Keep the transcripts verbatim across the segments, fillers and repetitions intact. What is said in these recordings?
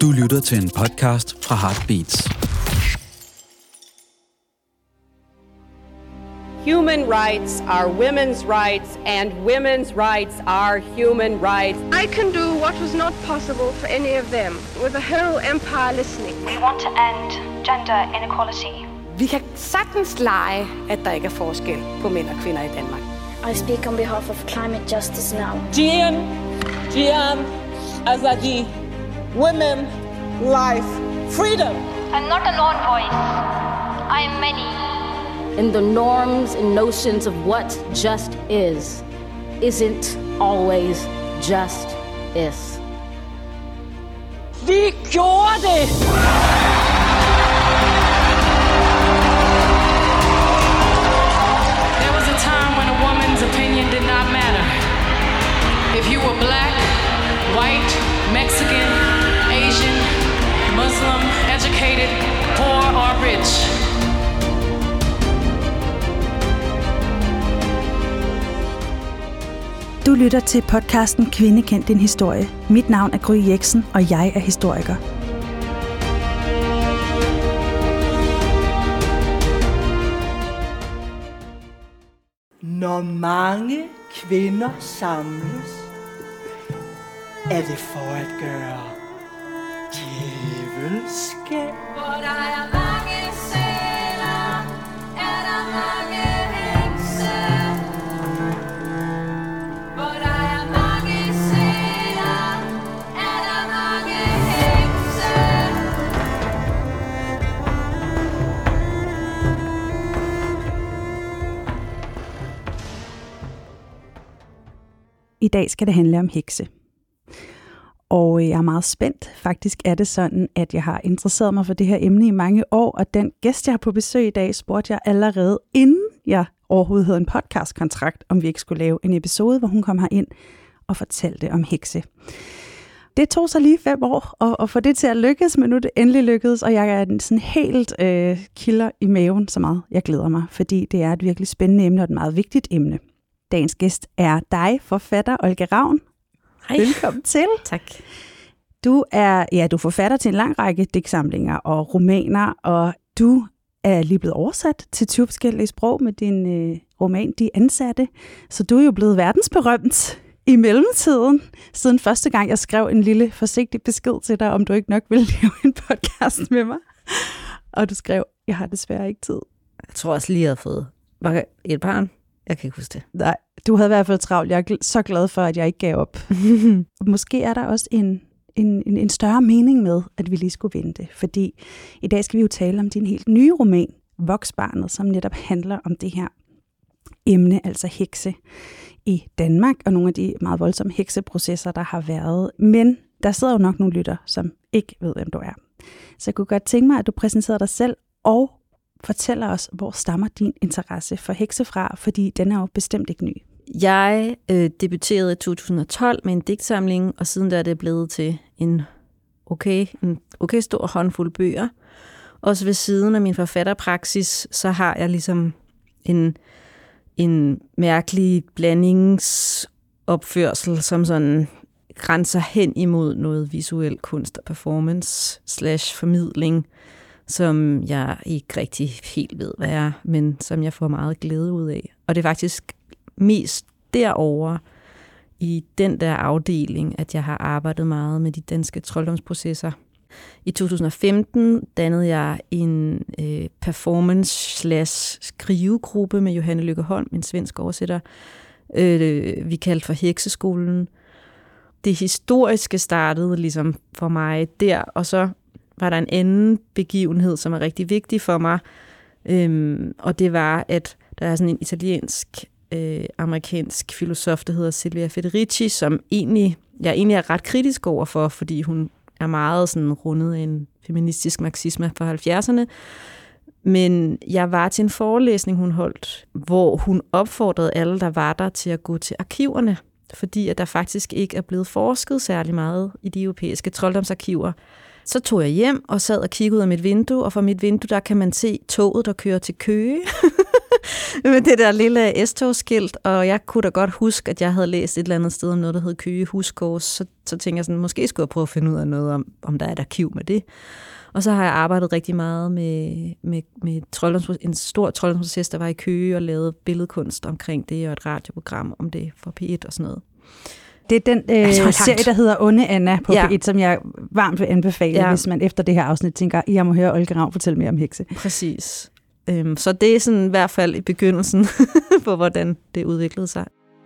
Du lytter til en podcast fra Heartbeats. Human rights are women's rights, and women's rights are human rights. I can do what was not possible for any of them, with a whole empire listening. We want to end gender inequality. Vi kan sagtens lege, at der ikke er forskel på mænd og kvinder i Danmark. I speak on behalf of climate justice now. Gian, Gian, Azadi, women, life, freedom. I'm not a lone voice. I am many. And the norms and notions of what just is, isn't always just is. Vi gjorde det! There was a time when a woman's opinion did not matter. If you were black, white, Mexican, Asian, Muslim, educated, poor or rich. Du lytter til podcasten Kvinde Kend Din Historie. Mit navn er Gry Jeksen, og jeg er historiker. Når mange kvinder samles, er det for at gøre djævelskab. Hvor der er mange sæler, er der mange hekse. Hvor der er mange sæler, er der mange hekse. I dag skal det handle om hekse. Og jeg er meget spændt. Faktisk er det sådan, at jeg har interesseret mig for det her emne i mange år, og den gæst, jeg har på besøg i dag, spurgte jeg allerede, inden jeg overhovedet havde en podcastkontrakt, om vi ikke skulle lave en episode, hvor hun kom herind og fortalte om hekse. Det tog så lige fem år at, at få det til at lykkes, men nu er det endelig lykkedes, og jeg er sådan helt øh, kilder i maven så meget. Jeg glæder mig, fordi det er et virkelig spændende emne og et meget vigtigt emne. Dagens gæst er dig, forfatter Olga Ravn. Hej. Velkommen til. Tak. Du er, ja, du er forfatter til en lang række digtsamlinger og romaner, og du er lige blevet oversat til tyve forskellige sprog med din øh, roman De Ansatte. Så du er jo blevet verdensberømt i mellemtiden, siden første gang jeg skrev en lille forsigtig besked til dig, om du ikke nok ville lave en podcast med mig. Og du skrev, jeg har desværre ikke tid. Jeg tror også lige, jeg havde fået var et barn. Jeg kan ikke huske det. Nej, du havde i hvert fald travlt. Jeg er så glad for, at jeg ikke gav op. Måske er der også en, en, en, en større mening med, at vi lige skulle vente. Fordi i dag skal vi jo tale om din helt nye roman, Voksbarnet, som netop handler om det her emne, altså hekse i Danmark, og nogle af de meget voldsomme hekseprocesser, der har været. Men der sidder jo nok nogle lytter, som ikke ved, hvem du er. Så jeg kunne godt tænke mig, at du præsenterer dig selv og fortæller os, hvor stammer din interesse for hekse fra, fordi den er jo bestemt ikke ny. Jeg øh, debuterede i to tusind og tolv med en digtsamling, og siden der er det blevet til en okay, en okay stor håndfuld bøger. Også ved siden af min forfatterpraksis, så har jeg ligesom en, en mærkelig blandingsopførsel, som sådan grænser hen imod noget visuel kunst og performance slash formidling, som jeg ikke rigtig helt ved, hvad er, men som jeg får meget glæde ud af. Og det er faktisk mest derovre i den der afdeling, at jeg har arbejdet meget med de danske trolddomsprocesser. I to tusind og femten dannede jeg en øh, performance-slash-skrivegruppe med Johanne Lykke Holm, en svensk oversætter. Øh, vi kaldte for Hekseskolen. Det historiske startede ligesom for mig der, og så var der en anden begivenhed, som er rigtig vigtig for mig, øhm, og det var, at der er sådan en italiensk-amerikansk øh, filosof, der hedder Silvia Federici, som egentlig, jeg egentlig er ret kritisk over for, fordi hun er meget sådan rundet af en feministisk marxisme fra halvfjerdserne. Men jeg var til en forelæsning, hun holdt, hvor hun opfordrede alle, der var der, til at gå til arkiverne, fordi at der faktisk ikke er blevet forsket særlig meget i de europæiske trolddomsarkiver. Så tog jeg hjem og sad og kiggede ud af mit vindue, og fra mit vindue, der kan man se toget, der kører til Køge. med det der lille S-togskilt, og jeg kunne da godt huske, at jeg havde læst et eller andet sted om noget, der hed Køge Husgårds, så, så tænkte jeg sådan, måske skulle jeg prøve at finde ud af noget om, om der er et arkiv med det. Og så har jeg arbejdet rigtig meget med, med, med trolddoms, en stor trolddomsproces, der var i Køge, og lavet billedkunst omkring det, og et radioprogram om det for P et og sådan noget. Det er den øh, serie, der hedder Onde Anna på ja. P et, som jeg varmt vil anbefale, ja. hvis man efter det her afsnit tænker, jeg må høre Olga Ravn fortælle mere om hekse. Præcis. Øhm, så det er sådan i hvert fald i begyndelsen på, hvordan det udviklede sig.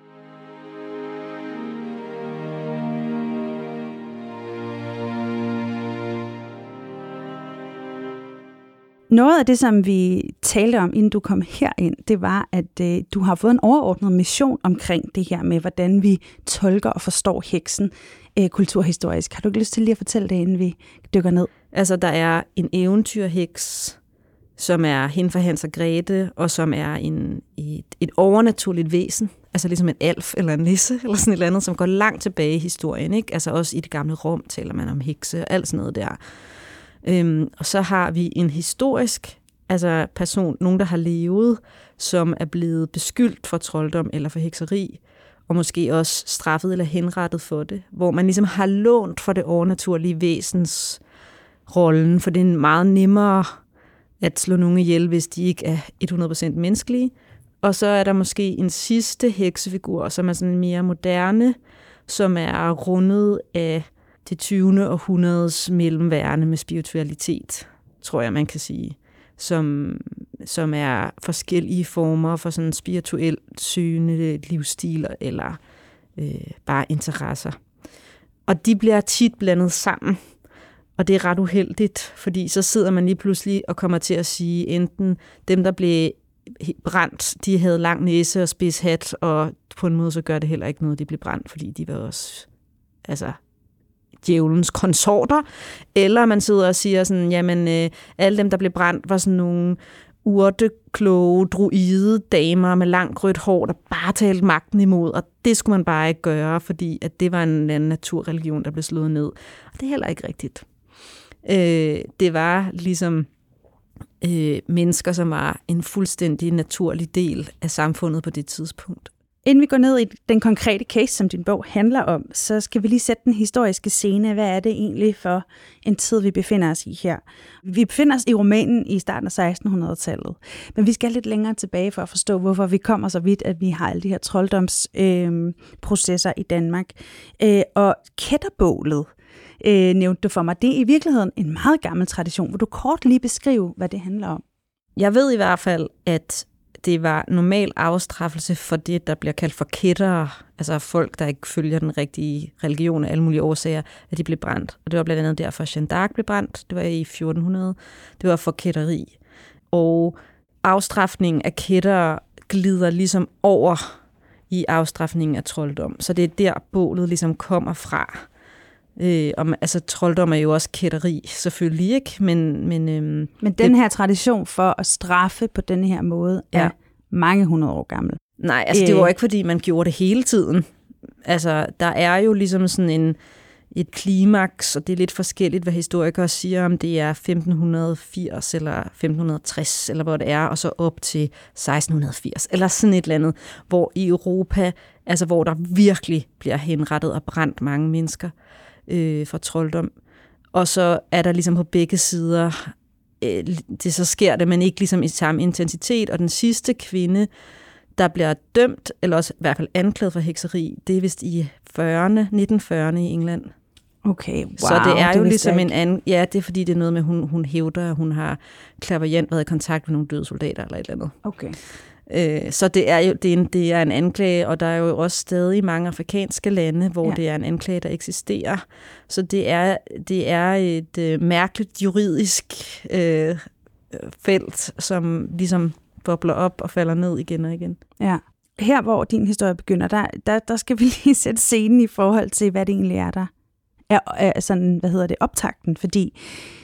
Noget af det, som vi talte om, inden du kom herind, det var, at øh, du har fået en overordnet mission omkring det her med, hvordan vi tolker og forstår heksen øh, kulturhistorisk. Har du ikke lyst til lige at fortælle det, inden vi dykker ned? Altså, der er en eventyrheks, som er hende fra Hans og Grete, og som er en, et, et overnaturligt væsen, altså ligesom en alf eller en nisse, eller sådan et eller andet, som går langt tilbage i historien, ikke? Altså også i det gamle Rom taler man om hekse og alt sådan noget der. Øhm, og så har vi en historisk altså person, nogen der har levet, som er blevet beskyldt for trolddom eller for hekseri, og måske også straffet eller henrettet for det, hvor man ligesom har lånt for det overnaturlige væsens rollen, for det er meget nemmere at slå nogen ihjel, hvis de ikke er hundrede procent menneskelige. Og så er der måske en sidste heksefigur, som er sådan mere moderne, som er rundet af det tyvende århundredes mellemværende med spiritualitet, tror jeg, man kan sige, som, som er forskellige former for sådan spirituelt søgende livsstil eller øh, bare interesser. Og de bliver tit blandet sammen, og det er ret uheldigt, fordi så sidder man lige pludselig og kommer til at sige, enten dem, der blev brændt, de havde lang næse og spids hat, og på en måde så gør det heller ikke noget, de blev brændt, fordi de var også altså djævelens konsorter, eller man sidder og siger sådan, jamen øh, alle dem, der blev brændt, var sådan nogle urtekloge, druide damer med langt rødt hår, der bare talte magten imod, og det skulle man bare ikke gøre, fordi at det var en anden naturreligion, der blev slået ned. Og det er heller ikke rigtigt. Øh, det var ligesom øh, mennesker, som var en fuldstændig naturlig del af samfundet på det tidspunkt. Inden vi går ned i den konkrete case, som din bog handler om, så skal vi lige sætte den historiske scene. Hvad er det egentlig for en tid, vi befinder os i her? Vi befinder os i romanen i starten af sekstenhundredetallet, men vi skal lidt længere tilbage for at forstå, hvorfor vi kommer så vidt, at vi har alle de her trolddomsprocesser øh, i Danmark. Øh, og kætterbålet, øh, nævnte du for mig, det er i virkeligheden en meget gammel tradition. Vil du kort lige beskrive, hvad det handler om? Jeg ved i hvert fald, at det var normal afstraffelse for det, der bliver kaldt for kættere, altså folk, der ikke følger den rigtige religion af alle mulige årsager, at de blev brændt. Og det var blandt andet derfor, at Jeanne d'Arc blev brændt. Det var i fjorten hundrede. Det var for kætteri. Og afstraffningen af kættere glider ligesom over i afstraffningen af trolddom. Så det er der, bålet ligesom kommer fra. Øh, om, altså trolddom er jo også kætteri, selvfølgelig ikke, men... Men, øhm, men den her tradition for at straffe på den her måde er ja. mange hundrede år gammel. Nej, altså øh. det var ikke, fordi man gjorde det hele tiden. Altså, der er jo ligesom sådan en, et klimaks, og det er lidt forskelligt, hvad historikere siger, om det er femten firs eller femten tres, eller hvor det er, og så op til seksten firs, eller sådan et eller andet, hvor i Europa, altså hvor der virkelig bliver henrettet og brændt mange mennesker øh, for trolddom. Og så er der ligesom på begge sider, øh, det så sker det, men ikke ligesom i samme intensitet, og den sidste kvinde, der bliver dømt, eller også i hvert fald anklaget for hekseri, det er vist i fyrrerne, nitten fyrrerne i England. Okay, wow. Så det er jo det ligesom en anden... Ja, det er fordi, det er noget med, hun, hun hævder, at hun har klaverjant været i kontakt med nogle døde soldater eller et eller andet. Okay. Øh, så det er jo det er en, det er en anklage, og der er jo også stadig mange afrikanske lande, hvor ja. det er en anklage, der eksisterer. Så det er, det er et øh, mærkeligt juridisk øh, felt, som ligesom bobler op og falder ned igen og igen. Ja. Her, hvor din historie begynder, der, der, der skal vi lige sætte scenen i forhold til, hvad det egentlig er, der er, er sådan, hvad hedder det, optakten, fordi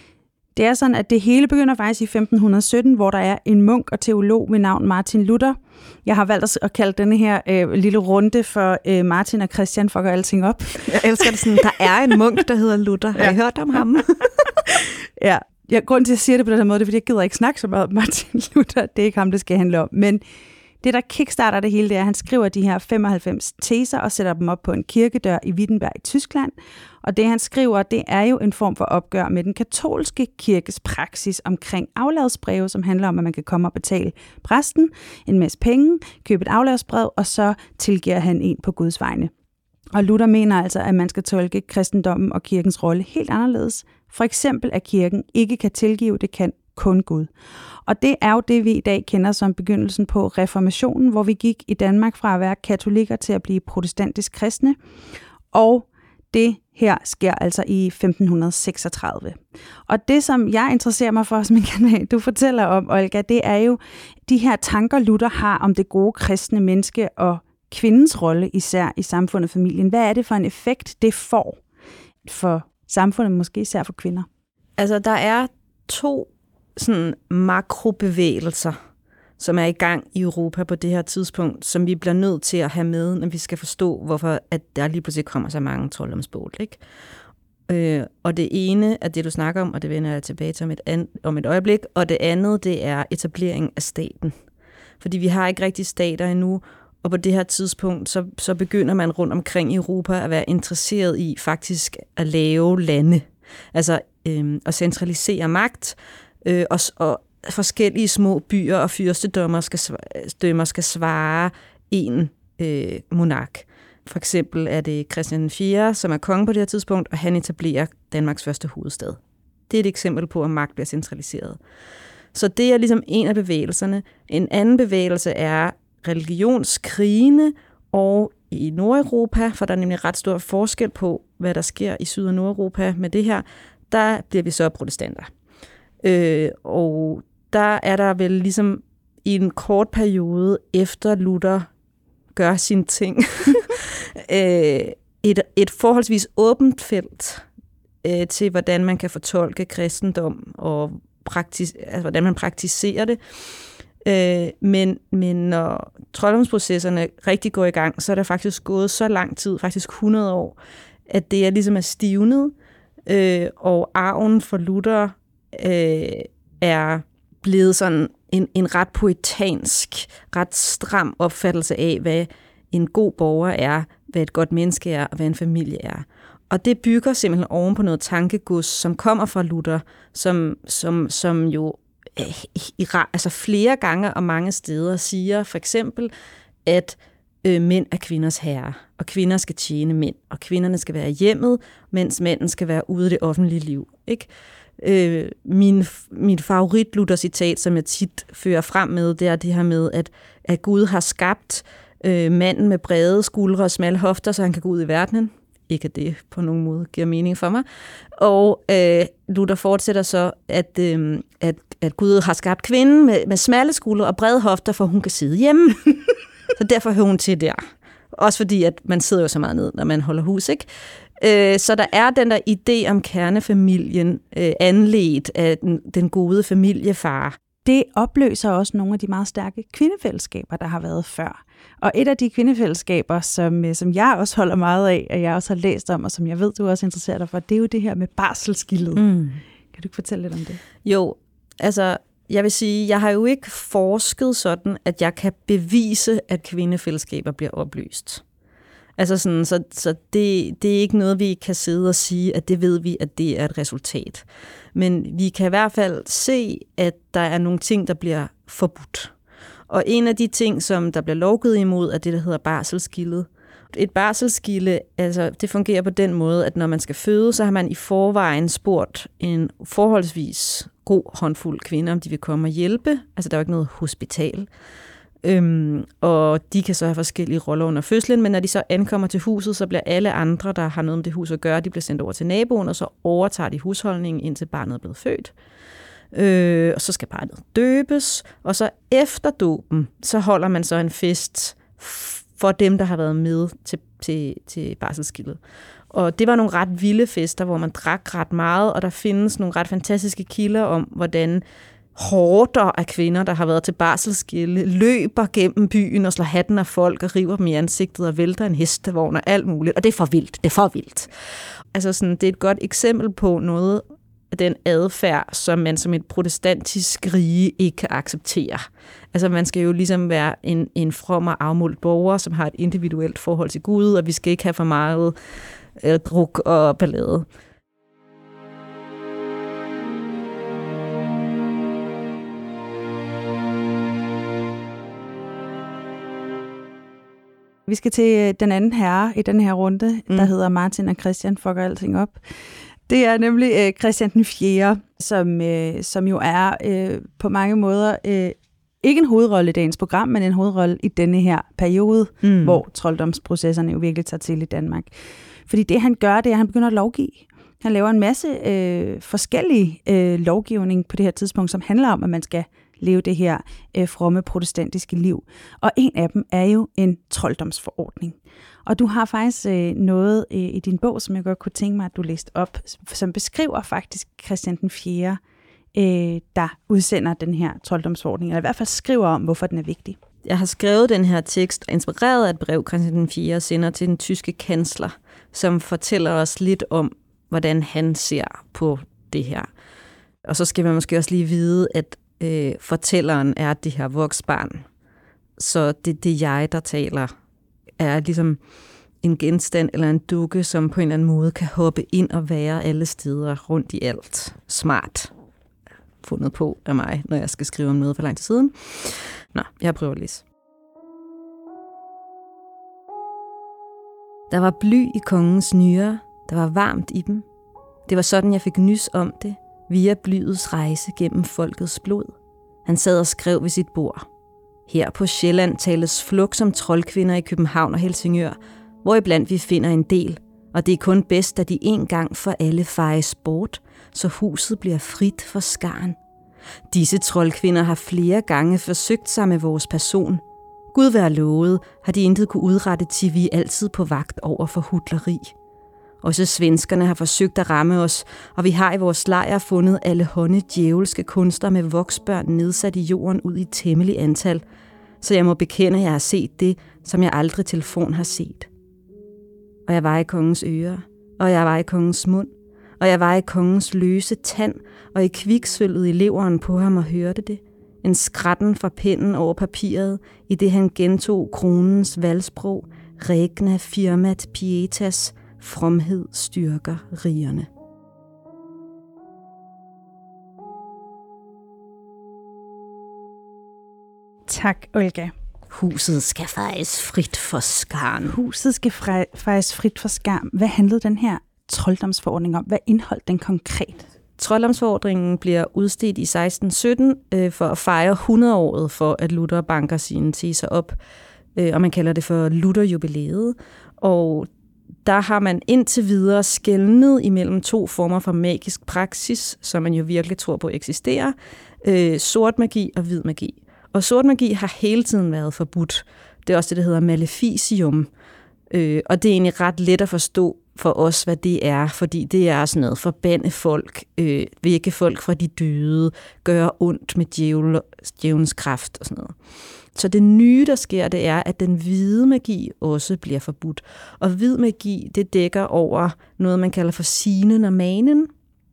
det er sådan, at det hele begynder faktisk i femten sytten, hvor der er en munk og teolog ved navn Martin Luther. Jeg har valgt at kalde denne her øh, lille runde for øh, Martin og Christian for at gøre alting op. Jeg elsker det sådan, der er en munk, der hedder Luther. Har I ja. hørt om ham? Ja, Ja, grunden til, at jeg siger det på den måde, det er, fordi jeg gider ikke snakke så meget om Martin Luther. Det er ikke ham, det skal handle om. Men det, der kickstarter det hele, det er, at han skriver de her femoghalvfems teser og sætter dem op på en kirkedør i Wittenberg i Tyskland. Og det, han skriver, det er jo en form for opgør med den katolske kirkes praksis omkring afladsbreve, som handler om, at man kan komme og betale præsten en masse penge, købe et afladsbrev, og så tilgiver han en på Guds vegne. Og Luther mener altså, at man skal tolke kristendommen og kirkens rolle helt anderledes. For eksempel, at kirken ikke kan tilgive, det kan kun Gud. Og det er jo det, vi i dag kender som begyndelsen på reformationen, hvor vi gik i Danmark fra at være katolikker til at blive protestantisk kristne. Og det her sker altså i femten seksogtredive. Og det, som jeg interesserer mig for, som du fortæller om, Olga, det er jo de her tanker, Luther har om det gode kristne menneske og kvindens rolle især i samfundet og familien. Hvad er det for en effekt, det får for samfundet, måske især for kvinder? Altså, der er to sådan makrobevægelser, som er i gang i Europa på det her tidspunkt, som vi bliver nødt til at have med, når vi skal forstå, hvorfor at der lige pludselig kommer så mange trolddomsbål, ikke? Øh, og det ene er det, du snakker om, og det vender jeg tilbage til om et, an, om et øjeblik, og det andet, det er etablering af staten. Fordi vi har ikke rigtig stater endnu, og på det her tidspunkt, så, så begynder man rundt omkring i Europa at være interesseret i faktisk at lave lande, altså øh, at centralisere magt, øh, og, og forskellige små byer og fyrstedømmer skal, dømmer skal svare en øh, monark. For eksempel er det Christian den fjerde, som er konge på det her tidspunkt, og han etablerer Danmarks første hovedstad. Det er et eksempel på, at magt bliver centraliseret. Så det er ligesom en af bevægelserne. En anden bevægelse er religionskrigene og i Nordeuropa, for der er nemlig ret stor forskel på, hvad der sker i Syd- og Nordeuropa med det her, der bliver vi så protestanter. Øh, og der er der vel ligesom i en kort periode efter Luther gør sine ting, øh, et, et forholdsvis åbent felt øh, til, hvordan man kan fortolke kristendom og praktis, altså, hvordan man praktiserer det. Øh, men, men når trolddomsprocesserne rigtig går i gang, så er der faktisk gået så lang tid, faktisk hundrede år, at det er ligesom er stivnet, øh, og arven for Luther øh, er blevet sådan en, en ret poetansk, ret stram opfattelse af, hvad en god borger er, hvad et godt menneske er, og hvad en familie er. Og det bygger simpelthen oven på noget tankegods, som kommer fra Luther, som, som, som jo i, altså flere gange og mange steder siger for eksempel, at øh, mænd er kvinders herre, og kvinder skal tjene mænd, og kvinderne skal være hjemmet, mens mænden skal være ude i det offentlige liv. Ikke? Øh, min, min favorit Luther-citat, som jeg tit fører frem med, det er det her med, at, at Gud har skabt øh, manden med brede skuldre og smalle hofter, så han kan gå ud i verdenen. Ikke at det på nogen måde giver mening for mig. Og øh, Luther fortsætter så, at, øh, at, at Gud har skabt kvinden med, med smalle skuldre og brede hofter, for hun kan sidde hjemme. Så derfor hører hun til der. Også fordi, at man sidder jo så meget ned, når man holder hus, ikke? Øh, så der er den der idé om kernefamilien, øh, anledt af den, den gode familiefar. Det opløser også nogle af de meget stærke kvindefællesskaber, der har været før. Og et af de kvindefællesskaber, som, som jeg også holder meget af, og jeg også har læst om, og som jeg ved, du også interesserer dig for, det er jo det her med barselsgildet. Mm. Kan du ikke fortælle lidt om det? Jo, altså jeg vil sige, jeg har jo ikke forsket sådan, at jeg kan bevise, at kvindefællesskaber bliver opløst. Altså sådan, så, så det, det er ikke noget, vi kan sidde og sige, at det ved vi, at det er et resultat. Men vi kan i hvert fald se, at der er nogle ting, der bliver forbudt. Og en af de ting, som der bliver lovgivet imod, er det, der hedder barselsgildet. Et barselsgilde, altså det fungerer på den måde, at når man skal føde, så har man i forvejen spurgt en forholdsvis god håndfuld kvinder, om de vil komme og hjælpe. Altså der er jo ikke noget hospital. Øhm, og de kan så have forskellige roller under fødslen, men når de så ankommer til huset, så bliver alle andre, der har noget med det hus at gøre, de bliver sendt over til naboen, og så overtager de husholdningen, indtil barnet er blevet født. Øh, og så skal barnet døbes, og så efter dåben, så holder man så en fest for dem, der har været med til, til, til barselsgildet. Og det var nogle ret vilde fester, hvor man drak ret meget, og der findes nogle ret fantastiske kilder om, hvordan horder af kvinder, der har været til barselsgilde, løber gennem byen og slår hatten af folk og river dem i ansigtet og vælter en hestevogn og alt muligt. Og det er for vildt. Det er for vildt. Altså sådan, det er et godt eksempel på noget, den adfærd, som man som et protestantisk rige ikke kan acceptere. Altså man skal jo ligesom være en, en from og afmålt borger, som har et individuelt forhold til Gud, og vi skal ikke have for meget øh, druk og ballade. Vi skal til den anden herre i den her runde, mm. der hedder Martin og Christian fucker alting op. Det er nemlig øh, Christian den fjerde, som, øh, som jo er øh, på mange måder øh, ikke en hovedrolle i dagens program, men en hovedrolle i denne her periode, mm. hvor trolddomsprocesserne jo virkelig tager til i Danmark. Fordi det han gør, det er, at han begynder at lovgive. Han laver en masse øh, forskellige øh, lovgivning på det her tidspunkt, som handler om, at man skal leve det her øh, fromme protestantiske liv. Og en af dem er jo en trolddomsforordning. Og du har faktisk øh, noget øh, i din bog, som jeg godt kunne tænke mig, at du læste op, som beskriver faktisk Christian den fjerde, øh, der udsender den her trolddomsforordning, eller i hvert fald skriver om, hvorfor den er vigtig. Jeg har skrevet den her tekst, inspireret af et brev, Christian den fjerde sender til den tyske kansler, som fortæller os lidt om, hvordan han ser på det her. Og så skal man måske også lige vide, at øh, fortælleren er det her voksbarn. Så det, det jeg, der taler, er ligesom en genstand eller en dukke, som på en eller anden måde kan hoppe ind og være alle steder rundt i alt. Smart. Fundet på af mig, når jeg skal skrive om noget for lang tid siden. Nå, jeg prøver at læse. Der var bly i kongens nyrer. Der var varmt i dem. Det var sådan, jeg fik nys om det, via blyets rejse gennem folkets blod. Han sad og skrev ved sit bord. Her på Sjælland tales fluk som troldkvinder i København og Helsingør, hvoriblandt vi finder en del, og det er kun bedst, at de en gang for alle fejes bort, så huset bliver frit for skaren. Disse troldkvinder har flere gange forsøgt sig med vores person. Gud være lovet, har de intet kunne udrette, til vi er altid på vagt over for hutleri. Også svenskerne har forsøgt at ramme os, og vi har i vores lejr fundet alle hånde djævelske kunster med voksbørn nedsat i jorden ud i temmelig antal, så jeg må bekende, at jeg har set det, som jeg aldrig telefon har set. Og jeg var i kongens ører, og jeg var i kongens mund, og jeg var i kongens løse tand, og i kviksølvet i leveren på ham og hørte det. En skratten fra pennen over papiret, i det han gentog kronens valgsprog, regna firmat pietas, fromhed styrker rigerne. Tak, Olga. Huset skal fejes frit for skaren. Huset skal fejes frit for skaren. Hvad handlede den her trolddomsforordning om? Hvad indeholdt den konkret? Trolddomsforordningen bliver udstedt i seksten sytten øh, for at fejre hundrede-året for, at Luther banker sine teser op. Øh, og man kalder det for Luther-jubilæet. Og der har man indtil videre skelnet imellem to former for magisk praksis, som man jo virkelig tror på eksisterer. Øh, sort magi og hvid magi. Og sort magi har hele tiden været forbudt. Det er også det, der hedder maleficium. Øh, og det er egentlig ret let at forstå for os, hvad det er, fordi det er sådan noget forbande folk, øh, vække folk fra de døde, gøre ondt med djævel, djævelens kraft og sådan noget. Så det nye, der sker, det er, at den hvide magi også bliver forbudt. Og hvid magi, det dækker over noget, man kalder for sinen og manen.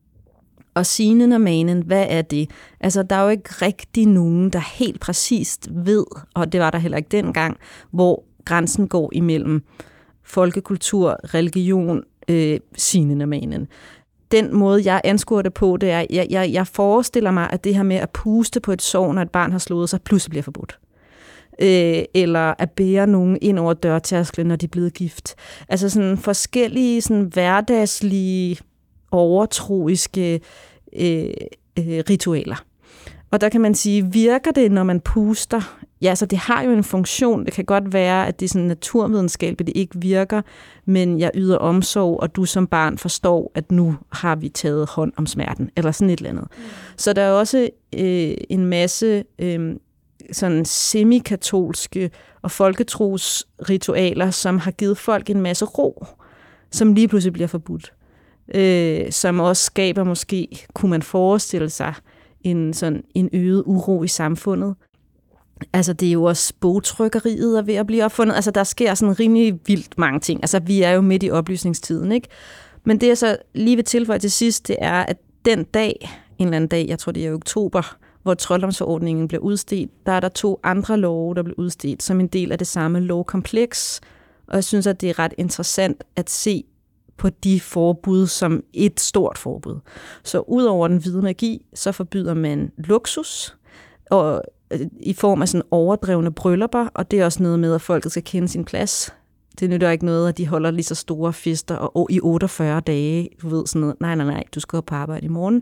Og sinen og manen, hvad er det? Altså, der er jo ikke rigtig nogen, der helt præcist ved, og det var der heller ikke dengang, hvor grænsen går imellem folkekultur, religion, øh, sinen og manen. Den måde, jeg anskuer det på, det er, jeg, jeg, jeg forestiller mig, at det her med at puste på et sår, når et barn har slået sig, pludselig bliver forbudt. Øh, eller at bære nogen ind over dørtærsklen, når de er blevet gift. Altså sådan forskellige sådan hverdagslige, overtroiske øh, øh, ritualer. Og der kan man sige, virker det, når man puster? Ja, så det har jo en funktion. Det kan godt være, at det er sådan naturvidenskabeligt, det ikke virker, men jeg yder omsorg, og du som barn forstår, at nu har vi taget hånd om smerten, eller sådan et eller andet. Mm. Så der er også øh, en masse øh, sådan semikatolske og folketrosritualer, som har givet folk en masse ro, som lige pludselig bliver forbudt. Øh, som også skaber måske, kunne man forestille sig, en, sådan, en øget uro i samfundet. Altså, det er jo også bogtrykkeriet er ved at blive opfundet. Altså, der sker sådan rimelig vildt mange ting. Altså, vi er jo midt i oplysningstiden, ikke? Men det, jeg så lige vil tilføje til sidst, det er, at den dag, en eller anden dag, jeg tror det er i oktober, hvor trolddomsforordningen blev udstedt, der er der to andre love, der blev udstedt som en del af det samme lovkompleks. Og jeg synes, at det er ret interessant at se på de forbud som et stort forbud. Så ud over den hvide magi, så forbyder man luksus, og i form af sådan overdrevne bryllupper, og det er også noget med, at folket skal kende sin plads. Det nytter ikke noget, at de holder lige så store fester og i otteogfyrre dage, du ved sådan noget, nej, nej, nej, du skal op på arbejde i morgen.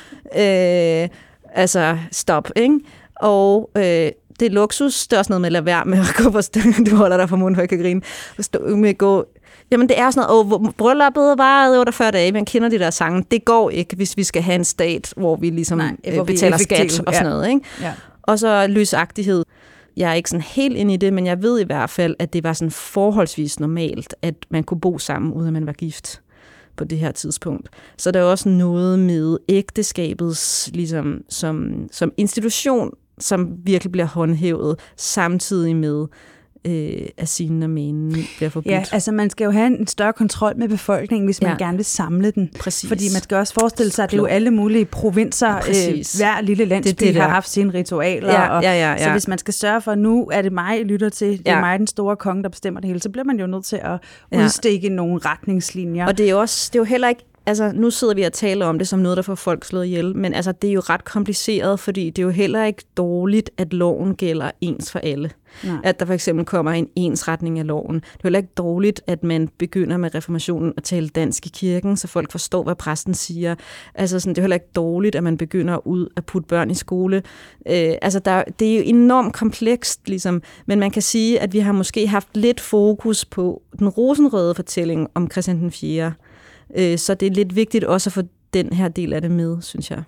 Øh, altså, stop, ikke? Og øh, det er luksus, det er også noget med at lade være med at gå på støtten, du holder dig for munden, for jeg kan grine, med at gå. Jamen, det er sådan noget, åh, brylluppet var otteogfyrre dage, man kender de der sange. Det går ikke, hvis vi skal have en stat, hvor vi ligesom nej, hvor betaler vi skat og sådan noget, ikke? Ja. Og så løsagtighed. Jeg er ikke sådan helt inde i det, men jeg ved i hvert fald, at det var sådan forholdsvis normalt, at man kunne bo sammen, uden at man var gift på det her tidspunkt. Så der er også noget med ægteskabets ligesom, som, som institution, som virkelig bliver håndhævet, samtidig med øh, at sine og menen bliver forbudt. Ja, altså man skal jo have en større kontrol med befolkningen, hvis man ja. gerne vil samle den. Præcis. Fordi man skal også forestille sig, at det er jo alle mulige provinser, øh, hver lille landsby det, det har haft sine ritualer. Ja, ja, ja, ja. Så hvis man skal sørge for, at nu er det mig, jeg lytter til, det er ja. mig, den store konge, der bestemmer det hele, så bliver man jo nødt til at ja. udstikke nogle retningslinjer. Og det er jo også, det er jo heller ikke, altså nu sidder vi og taler om det som noget, der får folk slået ihjel, men altså det er jo ret kompliceret, fordi det er jo heller ikke dårligt, at loven gælder ens for alle. Nej. At der for eksempel kommer en ensretning af loven. Det er heller ikke dårligt, at man begynder med reformationen at tale dansk i kirken, så folk forstår, hvad præsten siger. Altså sådan, det er heller ikke dårligt, at man begynder ud at putte børn i skole. Øh, altså der, det er jo enormt komplekst, ligesom, men man kan sige, at vi har måske haft lidt fokus på den rosenrøde fortælling om Christian den fjerde. Øh, så det er lidt vigtigt også at få den her del af det med, synes jeg.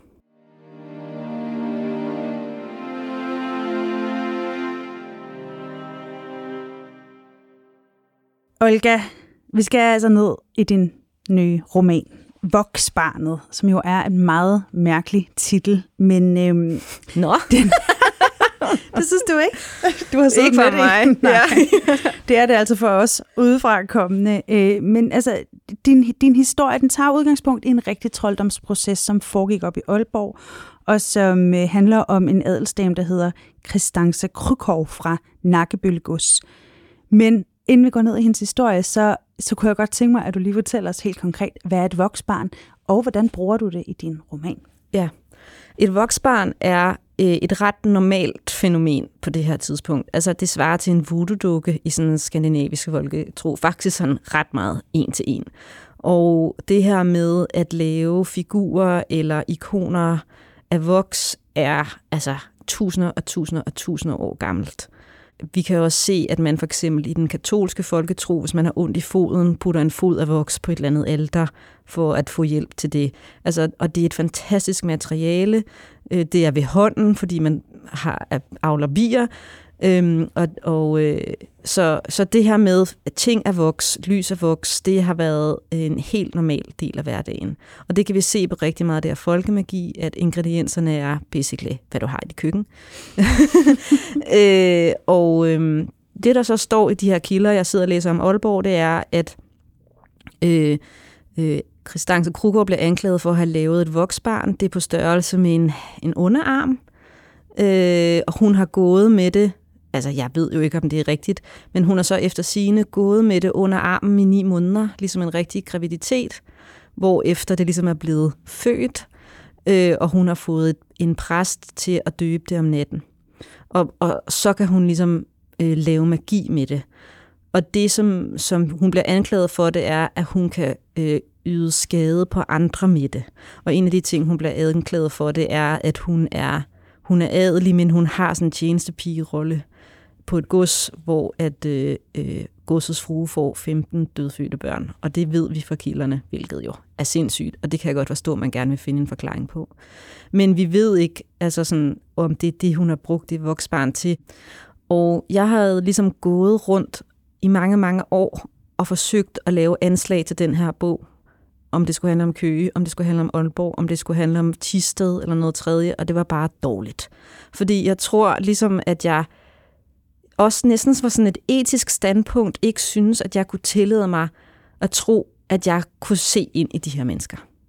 Olga, vi skal altså ned i din nye roman, Voksbarnet, som jo er en meget mærkelig titel, men øhm, Nå. Den, det synes du ikke? Du har siddet ikke for med mig. Det. Nej. Det er det altså for os udefra kommende. Øh, men altså, din, din historie, den tager udgangspunkt i en rigtig trolddomsproces, som foregik op i Aalborg, og som øh, handler om en adelsdame, der hedder Christance Krykov fra Nakkebølle Gods. Men inden vi går ned i hendes historie, så, så kunne jeg godt tænke mig, at du lige fortæller os helt konkret, hvad er et voksbarn, og hvordan bruger du det i din roman? Ja, et voksbarn er øh, et ret normalt fænomen på det her tidspunkt. Altså det svarer til en voodoo-dukke i sådan en skandinavisk folketro. Faktisk sådan ret meget en til en. Og det her med at lave figurer eller ikoner af voks er altså tusinder og tusinder og tusinder år gammelt. Vi kan også se, at man for eksempel i den katolske folketro, hvis man har ondt i foden, putter en fod af voks på et eller andet alter for at få hjælp til det. Altså, og det er et fantastisk materiale. Det er ved hånden, fordi man har avler bier. Øhm, og, og, øh, så, så det her med ting af voks, lys af voks, det har været en helt normal del af hverdagen. Og det kan vi se på rigtig meget af det her folkemagi, at ingredienserne er basically, hvad du har i dit køkken. øh, og øh, det, der så står i de her kilder, jeg sidder og læser om Aalborg, det er, at øh, øh, Christance Krykov bliver anklaget for at have lavet et voksbarn. Det er på størrelse med en, en underarm. Øh, og hun har gået med det, altså jeg ved jo ikke, om det er rigtigt, men hun har så efter sigende gået med det under armen i ni måneder, ligesom en rigtig graviditet, hvor efter det ligesom er blevet født, øh, og hun har fået en præst til at døbe det om natten. Og, og så kan hun ligesom øh, lave magi med det. Og det, som, som hun bliver anklaget for, det er, at hun kan øh, yde skade på andre med det. Og en af de ting, hun bliver anklaget for, det er, at hun er Hun er adelig, men hun har sådan en tjenestepigerolle på et gods, hvor at øh, øh, godsets frue får femten dødfødte børn. Og det ved vi fra kilderne, hvilket jo er sindssygt, og det kan jeg godt forstå, at man gerne vil finde en forklaring på. Men vi ved ikke, altså sådan, om det er det, hun har brugt det voksbarn til. Og jeg havde ligesom gået rundt i mange, mange år og forsøgt at lave anslag til den her bog. Om det skulle handle om Køge, om det skulle handle om Aalborg, om det skulle handle om Thisted eller noget tredje, og det var bare dårligt. Fordi jeg tror ligesom, at jeg også næsten fra sådan et etisk standpunkt ikke synes, at jeg kunne tillade mig at tro, at jeg kunne se ind i de her mennesker.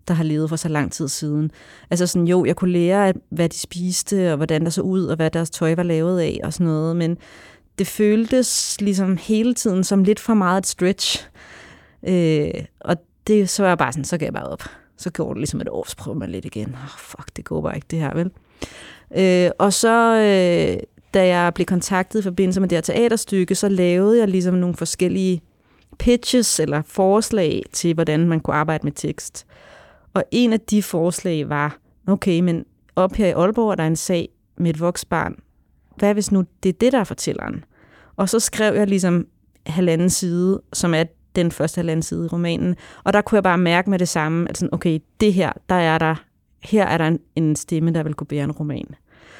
der har levet for så lang tid siden. Altså sådan, jo, jeg kunne lære, hvad de spiste, og hvordan der så ud, og hvad deres tøj var lavet af, og sådan noget, men det føltes ligesom hele tiden som lidt for meget et stretch. Øh, og det, så var jeg bare sådan, så gav jeg bare op. Så gjorde det ligesom et år, så prøvede man lidt igen. Oh, fuck, det går bare ikke det her, vel? Øh, og så, øh, da jeg blev kontaktet i forbindelse med det her teaterstykke, så lavede jeg ligesom nogle forskellige pitches eller forslag til, hvordan man kunne arbejde med tekst. Og en af de forslag var, okay, men op her i Aalborg er der en sag med et voksbarn. Hvad hvis nu det er det, der er fortælleren? Og så skrev jeg ligesom halvanden side, som er den første halvanden side i romanen. Og der kunne jeg bare mærke med det samme, at sådan, okay, det her, der er der, her er der en, en stemme, der vil kunne bære en roman.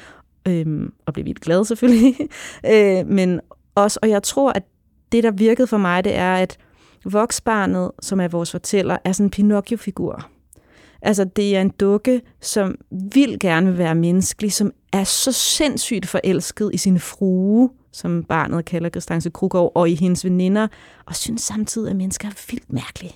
Øhm, og blev vildt glad selvfølgelig. øh, men også, og jeg tror, at det, der virkede for mig, det er, at voksbarnet, som er vores fortæller, er sådan en Pinocchio-figur. Altså, det er en dukke, som vil gerne vil være menneskelig, som er så sindssygt forelsket i sin frue, som barnet kalder Christiane Krugov, og i hendes veninder, og synes samtidig, at mennesker er vildt mærkelige.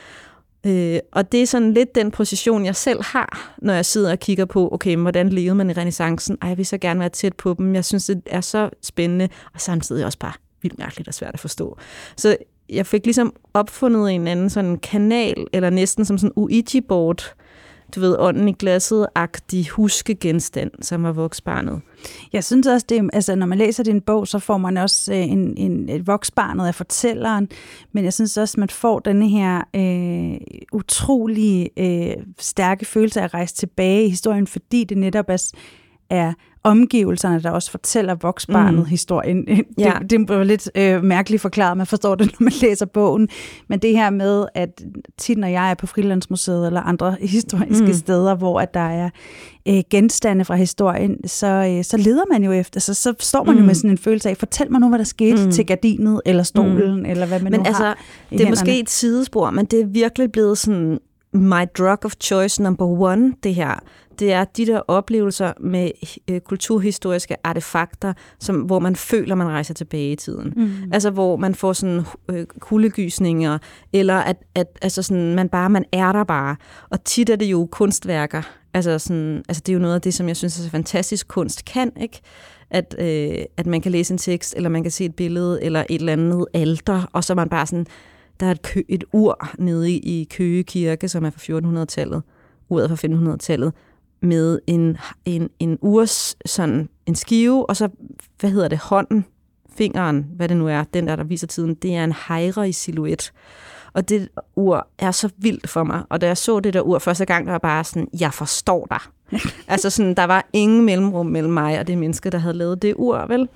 Øh, og det er sådan lidt den position, jeg selv har, når jeg sidder og kigger på, okay, hvordan levede man i renæssancen? Ej, jeg vil så gerne være tæt på dem. Jeg synes, det er så spændende, og samtidig også bare vildt mærkeligt og svært at forstå. Så jeg fik ligesom opfundet en anden sådan kanal, eller næsten som sådan Ouija-board, du ved, ånden i glasset-agtig huskegenstand, som var voksbarnet. Jeg synes også, det, altså, når man læser din bog, så får man også en, en, et voksbarnet af fortælleren, men jeg synes også, man får denne her øh, utrolig øh, stærke følelse af at rejse tilbage i historien, fordi det netop er, er omgivelserne, der også fortæller voksbarnet mm. historien. Det, ja. det, det er lidt øh, mærkeligt forklaret, man forstår det, når man læser bogen, men det her med, at tit når jeg er på Frilandsmuseet eller andre historiske mm. steder, hvor at der er øh, genstande fra historien, så, øh, så leder man jo efter, så, så står man mm. jo med sådan en følelse af, fortæl mig nu, hvad der skete mm. til gardinet, eller stolen, mm. eller hvad man men nu altså, har i det er hænderne. måske et sidespor, men det er virkelig blevet sådan my drug of choice number one, det her. Det er de der oplevelser med øh, kulturhistoriske artefakter, som, hvor man føler, man rejser tilbage i tiden. Mm. Altså, hvor man får sådan øh, kuldegysninger, eller at, at altså sådan, man bare man er der bare. Og tit er det jo kunstværker. Altså, sådan, altså det er jo noget af det, som jeg synes er så fantastisk kunst kan, ikke? At, øh, at man kan læse en tekst, eller man kan se et billede, eller et eller andet alter, og så er man bare sådan, der er et, kø, et ur nede i, i Køge Kirke, som er fra fjortenhundredetallet, uret fra femtenhundredetallet, med en, en, en urs, sådan en skive, og så, hvad hedder det, hånden, fingeren, hvad det nu er, den der, der viser tiden, det er en hejre i silhuet. Og det ur er så vildt for mig. Og da jeg så det der ur første gang, der var bare sådan, jeg forstår dig. altså sådan, der var ingen mellemrum mellem mig og det menneske, der havde lavet det ur, vel?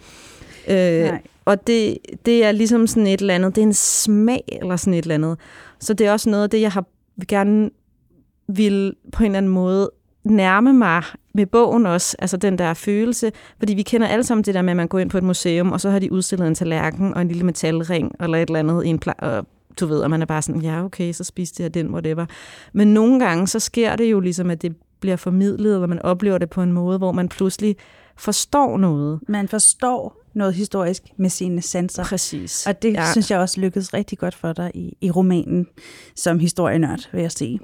Øh, og det, det er ligesom sådan et eller andet, det er en smag eller sådan et eller andet. Så det er også noget af det, jeg har gerne vil på en eller anden måde nærme mig med bogen også, altså den der følelse, fordi vi kender alle sammen det der med, at man går ind på et museum, og så har de udstillet en tallerken og en lille metalring, eller et eller andet, i en pla- og du ved, og man er bare sådan, ja okay, så spiste jeg den, whatever. Men nogle gange, så sker det jo ligesom, at det bliver formidlet, eller man oplever det på en måde, hvor man pludselig forstår noget. Man forstår noget historisk med sine sanser. Præcis. Og det ja. synes jeg også lykkedes rigtig godt for dig i, i romanen, som historienørd, vil jeg sige.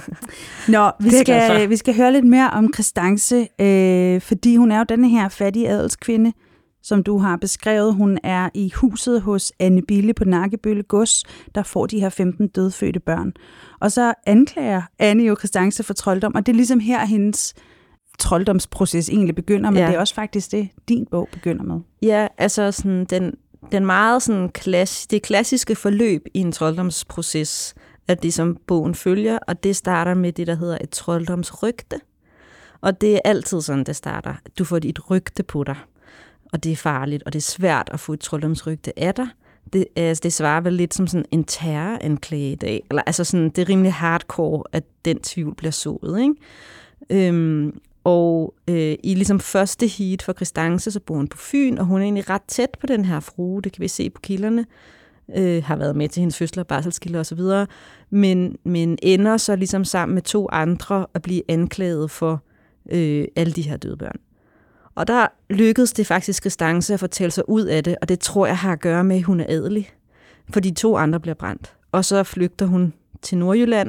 Nå, vi skal, vi skal høre lidt mere om Christance, øh, fordi hun er jo denne her fattige adelskvinde, som du har beskrevet. Hun er i huset hos Anne Bille på Nakkebølle Gods, der får de her femten dødfødte børn. Og så anklager Anne jo Christance for trolddom, og det er ligesom her, hendes trolddomsproces egentlig begynder, men ja. Det er også faktisk det, din bog begynder med. Ja, altså sådan den, den meget sådan klass, det klassiske forløb i en trolddomsproces, at det som bogen følger, og det starter med det, der hedder et trolddomsrygte. Og det er altid sådan, det starter. Du får et rygte på dig, og det er farligt, og det er svært at få et trolddomsrygte af dig. Det, altså, det svarer vel lidt som sådan en terroranklage i dag. Eller, altså sådan, det er rimelig hardcore, at den tvivl bliver sået, ikke? Øhm, og øh, i ligesom første heat for Christance, så bor hun på Fyn, og hun er egentlig ret tæt på den her frue, det kan vi se på kilderne, øh, har været med til hendes fødsler, barselskilder osv., men, men ender så ligesom sammen med to andre at blive anklaget for øh, alle de her døde børn. Og der lykkedes det faktisk Christance at fortælle sig ud af det, og det tror jeg har at gøre med, at hun er adelig, for de to andre bliver brændt. Og så flygter hun til Nordjylland,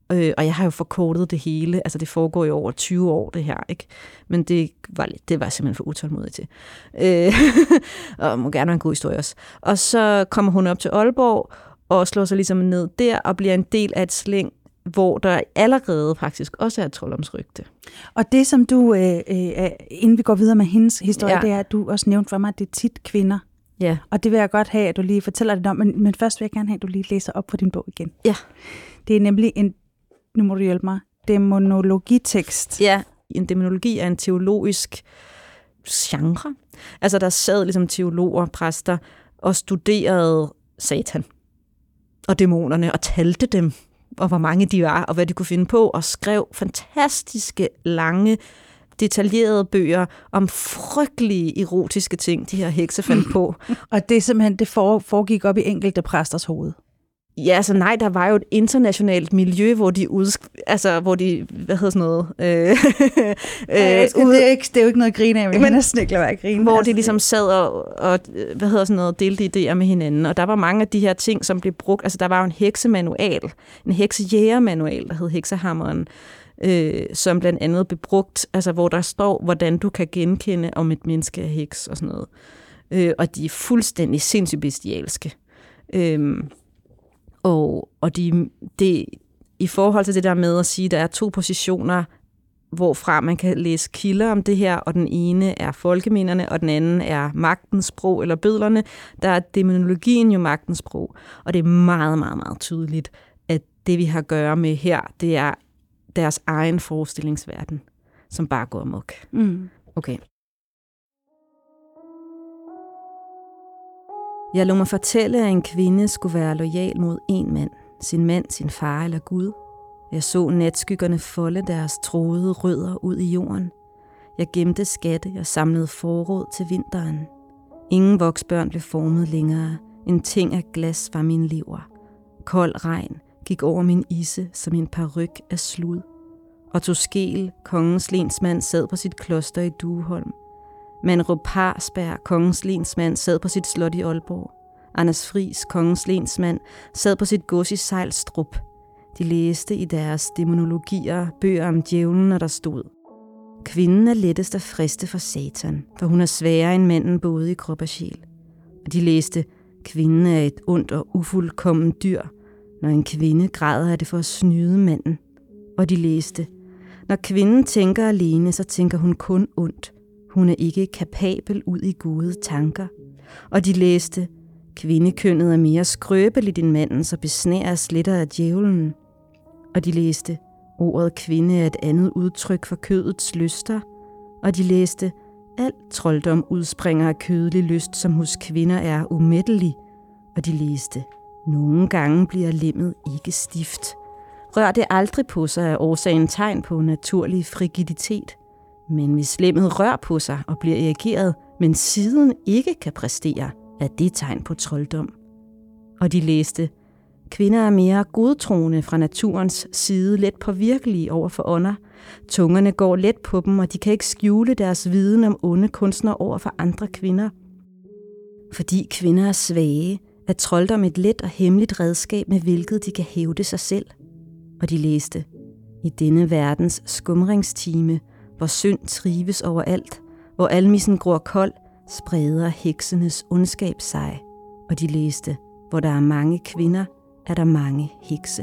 Øh, og jeg har jo forkortet det hele. Altså, det foregår i over tyve år, det her, ikke? Men det var, det var jeg simpelthen for utålmodig til. Øh, og må gerne være en god historie også. Og så kommer hun op til Aalborg og slår sig ligesom ned der og bliver en del af et slæng, hvor der allerede faktisk også er et trolddomsrygte. Og det, som du, øh, øh, inden vi går videre med hendes historie, ja. det er, at du også nævnte for mig, at det er tit kvinder. Ja. Og det vil jeg godt have, at du lige fortæller det om, men, men først vil jeg gerne have, at du lige læser op på din bog igen. Ja. Det er nemlig en, nu må du hjælpe mig, dæmonologitekst. Ja, en dæmonologi er en teologisk genre. Altså, der sad ligesom teologer, præster og studerede Satan og dæmonerne og talte dem, og hvor mange de var, og hvad de kunne finde på, og skrev fantastiske, lange, detaljerede bøger om frygtelige erotiske ting, de her hekse fandt på. Og det simpelthen, det foregik op i enkelte præsters hoved? Ja, altså nej, der var jo et internationalt miljø, hvor de udsk... altså, hvor de, hvad hedder sådan noget? Øh, øh, skal, ud... det, er ikke, det er jo ikke noget at grine af, men jeg næsten ikke lade være at grine. Hvor altså, de ligesom sad og, og, hvad hedder sådan noget, delte idéer med hinanden, og der var mange af de her ting, som blev brugt, altså der var jo en heksemanual, en heksejægermanual, der hed Heksehammeren, øh, som blandt andet blev brugt, altså hvor der står, hvordan du kan genkende, om et menneske er heks og sådan noget. Øh, og de er fuldstændig sindssygt bestialske. Øh, Og, og de, det, i forhold til det der med at sige, at der er to positioner, hvorfra man kan læse kilder om det her, og den ene er folkeminderne, og den anden er magtens sprog, eller bødlerne, der er dæmonologien jo magtens sprog. Og det er meget, meget, meget tydeligt, at det vi har at gøre med her, det er deres egen forestillingsverden, som bare går amok. Mm. Okay. Jeg lod mig fortælle, at en kvinde skulle være lojal mod en mand, sin mand, sin far eller Gud. Jeg så natskyggerne folde deres troede rødder ud i jorden. Jeg gemte skatte og samlede forråd til vinteren. Ingen voksbørn blev formet længere. En ting af glas var min lever. Kold regn gik over min isse som en paryk af slud. Otto Skel, kongens lensmand, sad på sit kloster i Dueholm. Manrup Parsberg, kongens lensmand, sad på sit slot i Aalborg. Anders Friis, kongens lensmand, sad på sit gods i Sejlstrup. De læste i deres dæmonologier bøger om djævlen, og der stod: Kvinden er lettest at friste for Satan, for hun er sværere end manden både i krop og sjæl. Og de læste: Kvinden er et ondt og ufuldkommen dyr. Når en kvinde græder, er det for at snyde manden. Og de læste: Når kvinden tænker alene, så tænker hun kun ondt. Hun er ikke kapabel ud i gode tanker. Og de læste: Kvindekønnet er mere skrøbeligt end manden, så besnæres lettere af djævlen. Og de læste: Ordet kvinde er et andet udtryk for kødets lyster. Og de læste: Al trolddom udspringer af kødelig lyst, som hos kvinder er umættelig. Og de læste: Nogle gange bliver lemmet ikke stift. Rør det aldrig på sig, er årsagen tegn på naturlig frigiditet. Men hvis lemmet rør på sig og bliver erigeret, men siden ikke kan præstere, er det tegn på trolddom. Og de læste: Kvinder er mere godtroende fra naturens side, let påvirkelige over for ånder. Tungerne går let på dem, og de kan ikke skjule deres viden om onde kunstnere over for andre kvinder. Fordi kvinder er svage, er trolddom et let og hemmeligt redskab, med hvilket de kan hævde sig selv. Og de læste: I denne verdens skumringstime, hvor synd trives overalt, hvor almissen gror kold, spreder heksenes ondskab sig. Og de læste: Hvor der er mange kvinder, er der mange hekse.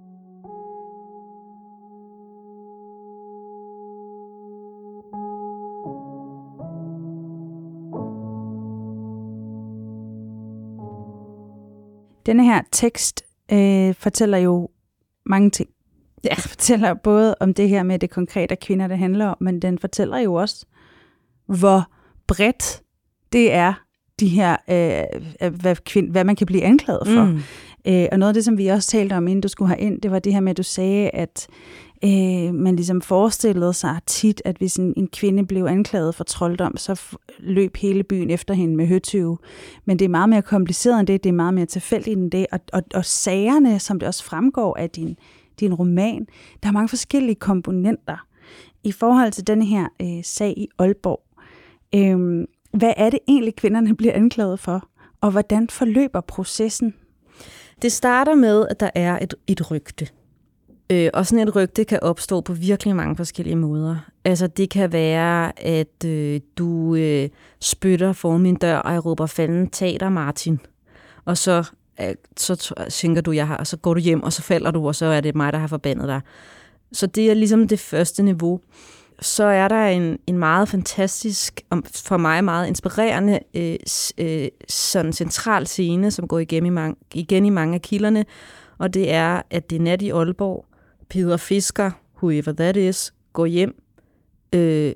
Denne her tekst øh, fortæller jo mange ting. Ja. Den fortæller både om det her med det konkrete kvinder, det handler om, men den fortæller jo også, hvor bredt det er, de her, øh, hvad, kvind, hvad man kan blive anklaget for. Mm. Øh, og noget af det, som vi også talte om, inden du skulle have ind, det var det her med, at du sagde, at øh, man ligesom forestillede sig tit, at hvis en, en kvinde blev anklaget for trolddom, så løb hele byen efter hende med høtyve. Men det er meget mere kompliceret end det, det er meget mere tilfældigt end det, og, og, og sagerne, som det også fremgår af din, din roman, der er mange forskellige komponenter i forhold til den her øh, sag i Aalborg. Øh, hvad er det egentlig, kvinderne bliver anklaget for, og hvordan forløber processen? Det starter med, at der er et, et rygte. Øh, og sådan et rygte kan opstå på virkelig mange forskellige måder. Altså det kan være, at øh, du øh, spytter foran min dør, og jeg råber, fanden, tag dig, Martin. Og så, øh, så tænker du, jeg har, og så går du hjem, og så falder du, og så er det mig, der har forbandet dig. Så det er ligesom det første niveau. Så er der en, en meget fantastisk, for mig meget inspirerende, øh, øh, sådan central scene, som går igen i, mange, igen i mange af kilderne, og det er, at det er nat i Aalborg. Peder Fisker, whoever that is, går hjem, øh,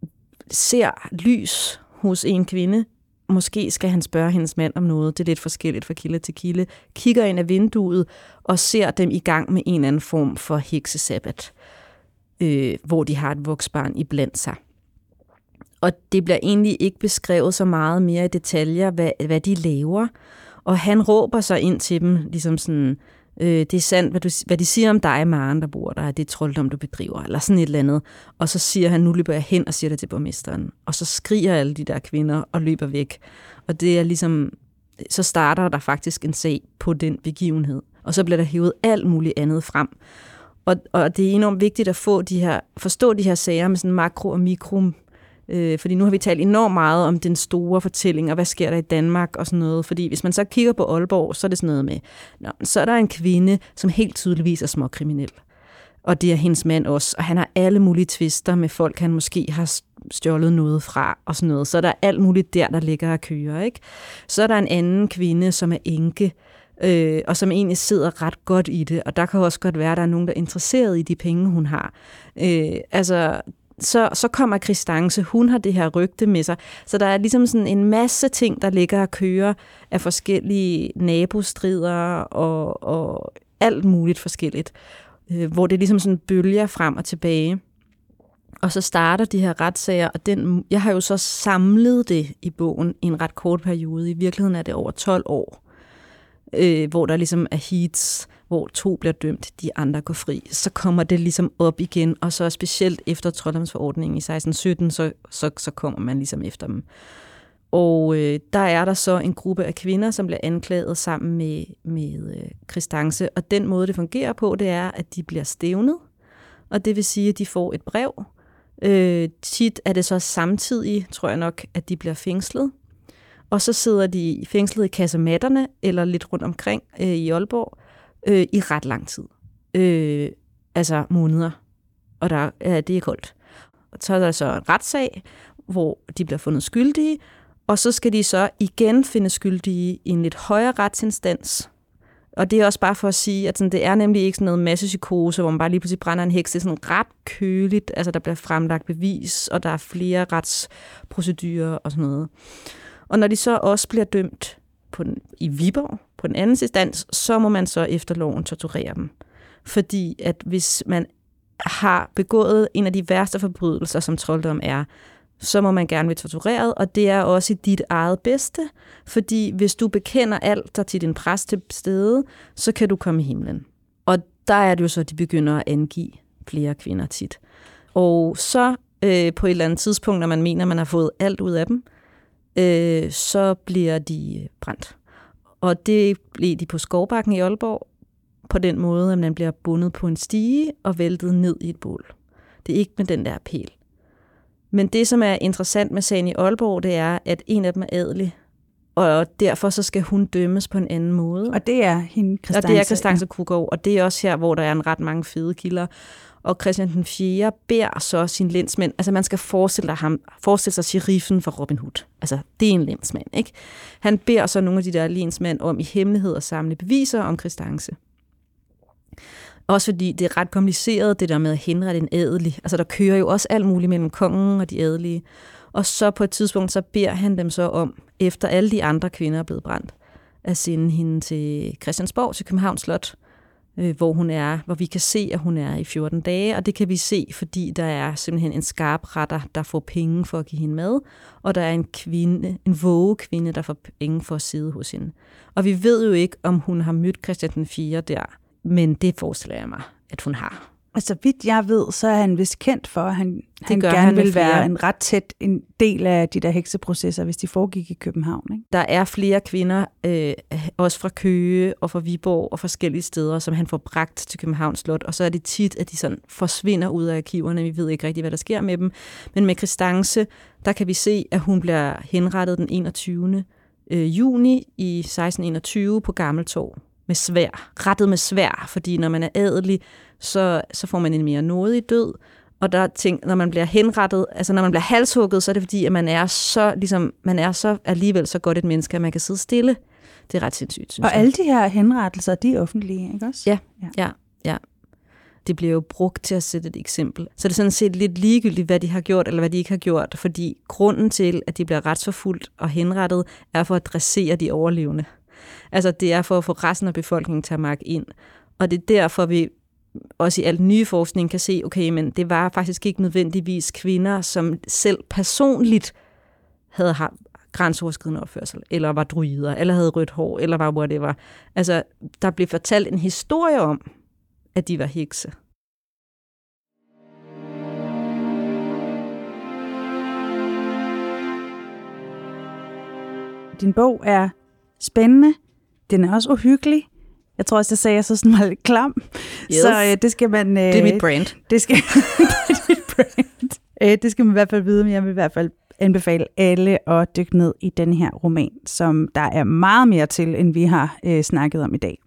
ser lys hos en kvinde. Måske skal han spørge hendes mand om noget. Det er lidt forskelligt fra kilde til kilde. Kigger ind af vinduet og ser dem i gang med en eller anden form for heksesabbat, øh, hvor de har et voksbarn iblandt sig. Og det bliver egentlig ikke beskrevet så meget mere i detaljer, hvad, hvad de laver. Og han råber sig ind til dem, ligesom sådan, øh, det er sandt, hvad, du, hvad de siger om dig, Maren, der bor der, det er trolddom, du bedriver, eller sådan et eller andet. Og så siger han, nu løber jeg hen og siger det til borgmesteren. Og så skriger alle de der kvinder og løber væk. Og det er ligesom, så starter der faktisk en sag på den begivenhed. Og så bliver der hævet alt muligt andet frem. Og, og det er enormt vigtigt at få de her, forstå de her sager med sådan makro og mikro. Øh, fordi nu har vi talt enormt meget om den store fortælling, og hvad sker der i Danmark og sådan noget. Fordi hvis man så kigger på Aalborg, så er det sådan noget med, nå, så er der en kvinde, som helt tydeligvis er småkriminel. Og det er hendes mand også. Og han har alle mulige tvister med folk, han måske har stjålet noget fra og sådan noget. Så er der alt muligt der, der ligger og kører, ikke? Så er der en anden kvinde, som er enke, øh, og som egentlig sidder ret godt i det. Og der kan også godt være, at der er nogen, der er interesseret i de penge, hun har. Øh, altså... Så, så kommer Kristance, hun har det her rygte med sig. Så der er ligesom sådan en masse ting, der ligger og kører af forskellige nabostrider og, og alt muligt forskelligt. Øh, hvor det ligesom sådan bølger frem og tilbage. Og så starter de her retssager, og den, jeg har jo så samlet det i bogen i en ret kort periode. I virkeligheden er det over tolv år, øh, hvor der ligesom er heats, hvor to bliver dømt, de andre går fri. Så kommer det ligesom op igen, og så specielt efter trolddomsforordningen i seksten sytten, så, så, så kommer man ligesom efter dem. Og øh, der er der så en gruppe af kvinder, som bliver anklaget sammen med, med øh, Kristance, og den måde, det fungerer på, det er, at de bliver stævnet, og det vil sige, at de får et brev. Øh, tit er det så samtidig, tror jeg nok, at de bliver fængslet, og så sidder de fængslet i kasematterne, eller lidt rundt omkring øh, i Aalborg, Øh, i ret lang tid. Øh, altså måneder. Og der, ja, det er koldt. Og så er der så en retssag, hvor de bliver fundet skyldige, og så skal de så igen finde skyldige i en lidt højere retsinstans. Og det er også bare for at sige, at sådan, det er nemlig ikke sådan noget massepsykose, hvor man bare lige pludselig brænder en heks. Det er sådan ret køligt. Altså der bliver fremlagt bevis, og der er flere retsprocedurer og sådan noget. Og når de så også bliver dømt på den, i Viborg, på den anden instans, så må man så efter loven torturere dem. Fordi at hvis man har begået en af de værste forbrydelser, som trolddom er, så må man gerne blive tortureret, og det er også i dit eget bedste, fordi hvis du bekender alt der til din præst til stede, så kan du komme i himlen. Og der er det jo så, at de begynder at angive flere kvinder tit. Og så øh, på et eller andet tidspunkt, når man mener, man har fået alt ud af dem, øh, så bliver de brændt. Og det blev de på Skovbakken i Aalborg på den måde, at man bliver bundet på en stige og væltet ned i et bål. Det er ikke med den der pæl. Men det, som er interessant med sagen i Aalborg, det er, at en af dem er adelig, og derfor så skal hun dømmes på en anden måde. Og det er hende, Kristance. Og det er Kristance Krugergaard, og det er også her, hvor der er en ret mange fede kilder. Og Christian den fjerde beder så sin lensmænd, altså man skal forestille, ham, forestille sig sheriffen for Robin Hood. Altså det er en lensmand, ikke? Han beder så nogle af de der lensmænd om i hemmelighed at samle beviser om Kristance. Også fordi det er ret kompliceret, det der med at henrette en adelig. Altså der kører jo også alt muligt mellem kongen og de adelige. Og så på et tidspunkt, så beder han dem så om, efter alle de andre kvinder er blevet brændt, at sende hende til Christiansborg, til Københavns Slot, hvor hun er, hvor vi kan se, at hun er i fjorten dage, og det kan vi se, fordi der er simpelthen en skarp retter, der får penge for at give hende mad, og der er en kvinde, en vågekvinde, der får penge for at sidde hos hende. Og vi ved jo ikke, om hun har mødt Christian den fjerde der, men det forestiller jeg mig, at hun har. Altså vidt jeg ved, så er han vist kendt for, at han, han gerne han vil være en ret tæt en del af de der hekseprocesser, hvis de foregik i København. Ikke? Der er flere kvinder, øh, også fra Køge og fra Viborg og forskellige steder, som han får bragt til Københavns Slot, og så er det tit, at de sådan forsvinder ud af arkiverne. Vi ved ikke rigtig, hvad der sker med dem. Men med Kristance, der kan vi se, at hun bliver henrettet den enogtyvende juni i seksten enogtyve på Gammeltorv med sværd. Rettet med sværd, fordi når man er adelig, så, så får man en mere nådig død. Og der ting, når man bliver henrettet, altså når man bliver halshugget, så er det fordi, at man er så, ligesom, man er så alligevel så godt et menneske, at man kan sidde stille. Det er ret sindssygt, synes Og jeg. alle de her henrettelser, de er offentlige, ikke også? Ja, ja, ja. ja. Det bliver jo brugt til at sætte et eksempel. Så det er sådan set lidt ligegyldigt, hvad de har gjort, eller hvad de ikke har gjort, fordi grunden til, at de bliver retsforfulgt og henrettet, er for at dressere de overlevende. Altså det er for at få resten af befolkningen til at markere ind. Og det er derfor, vi også i al nye forskning kan se, okay, men det var faktisk ikke nødvendigvis kvinder, som selv personligt havde haft grænseoverskridende opførsel, eller var druider, eller havde rødt hår, eller var whatever. Altså, der blev fortalt en historie om, at de var hekse. Din bog er spændende. Den er også uhyggelig. Jeg tror også, jeg sagde, at jeg så sådan var lidt klam. Yes. Så øh, det skal man... Øh, det er mit brand. Det skal, det er mit brand. Øh, det skal man i hvert fald vide, men jeg vil i hvert fald anbefale alle at dykke ned i den her roman, som der er meget mere til, end vi har øh, snakket om i dag.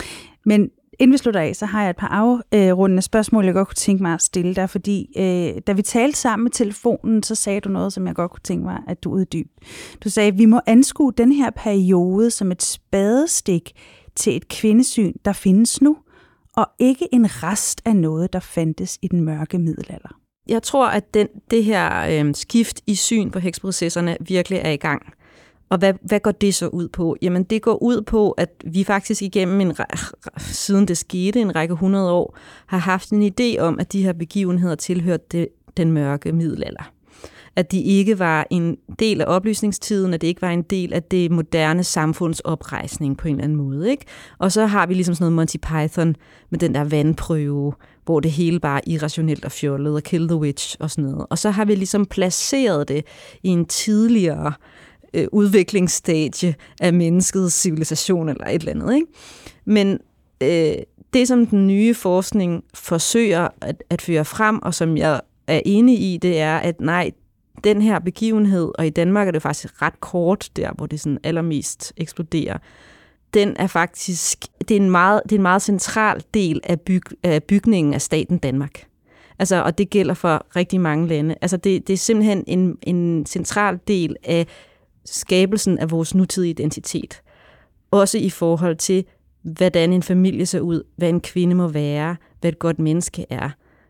Men inden vi slutter af, så har jeg et par afrundende spørgsmål, jeg godt kunne tænke mig at stille dig, fordi øh, da vi talte sammen med telefonen, så sagde du noget, som jeg godt kunne tænke mig, at du uddyb. Du sagde, at vi må anskue den her periode som et spadestik til et kvindesyn, der findes nu, og ikke en rest af noget, der fandtes i den mørke middelalder. Jeg tror, at den, det her øh, skift i syn på heksprocesserne virkelig er i gang. Og hvad, hvad går det så ud på? Jamen det går ud på, at vi faktisk igennem, en, siden det skete en række hundrede år, har haft en idé om, at de her begivenheder tilhørte den mørke middelalder. At de ikke var en del af oplysningstiden, at det ikke var en del af det moderne samfunds oprejsning på en eller anden måde. Ikke? Og så har vi ligesom sådan noget Monty Python med den der vandprøve, hvor det hele bare er irrationelt og fjollet, og Kill the Witch og sådan noget. Og så har vi ligesom placeret det i en tidligere øh, udviklingsstadie af menneskets civilisation eller et eller andet. Ikke? Men øh, det, som den nye forskning forsøger at, at føre frem, og som jeg er enig i, det er, at nej, den her begivenhed, og i Danmark er det faktisk ret kort, der hvor det sådan allermest eksploderer, den er faktisk, det er en meget, det er en meget central del af, byg, af bygningen af staten Danmark. Altså, og det gælder for rigtig mange lande. Altså, det, det er simpelthen en, en central del af skabelsen af vores nutidige identitet. Også i forhold til, hvordan en familie ser ud, hvad en kvinde må være, hvad et godt menneske er.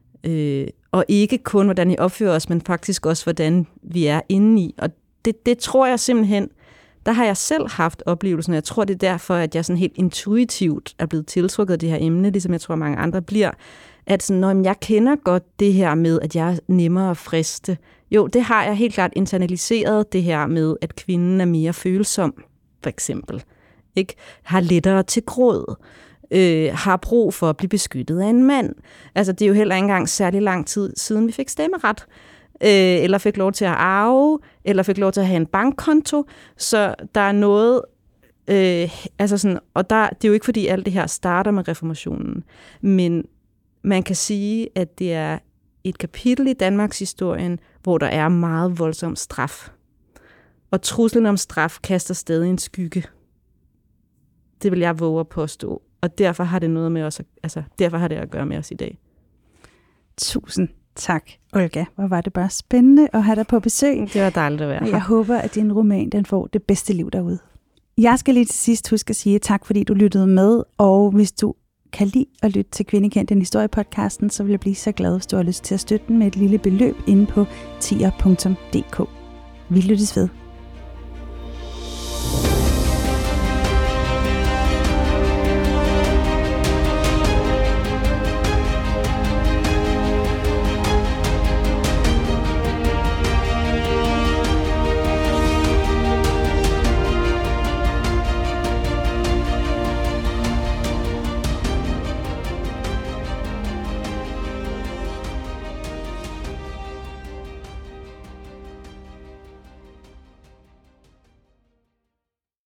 Øh, og ikke kun, hvordan vi opfører os, men faktisk også, hvordan vi er inde i. Og det, det tror jeg simpelthen, der har jeg selv haft oplevelsen, og jeg tror, det er derfor, at jeg sådan helt intuitivt er blevet tiltrukket af det her emne, ligesom jeg tror, mange andre bliver, at sådan, når jeg kender godt det her med, at jeg er nemmere at friste. Jo, det har jeg helt klart internaliseret, det her med, at kvinden er mere følsom, for eksempel. Ikke? Har lettere til gråd. Øh, har brug for at blive beskyttet af en mand. Altså, det er jo heller ikke engang særlig lang tid siden, vi fik stemmeret. Øh, eller fik lov til at arve, eller fik lov til at have en bankkonto. Så der er noget... Øh, altså sådan, og der, det er jo ikke, fordi alt det her starter med reformationen. Men man kan sige, at det er et kapitel i Danmarks historien, hvor der er meget voldsom straf. Og truslen om straf kaster stadig en skygge. Det vil jeg våge at påstå. Og derfor har det noget med os, altså derfor har det at gøre med os i dag. Tusind tak, Olga. Hvor var det bare spændende at have dig på besøg. Det var dejligt at være her. Jeg håber, at din roman den får det bedste liv derude. Jeg skal lige til sidst huske at sige tak, fordi du lyttede med. Og hvis du kan lide at lytte til Kvindekend, den historiepodcasten, så vil jeg blive så glad, hvis du har lyst til at støtte den med et lille beløb inde på tier punktum d k. Vi lyttes ved.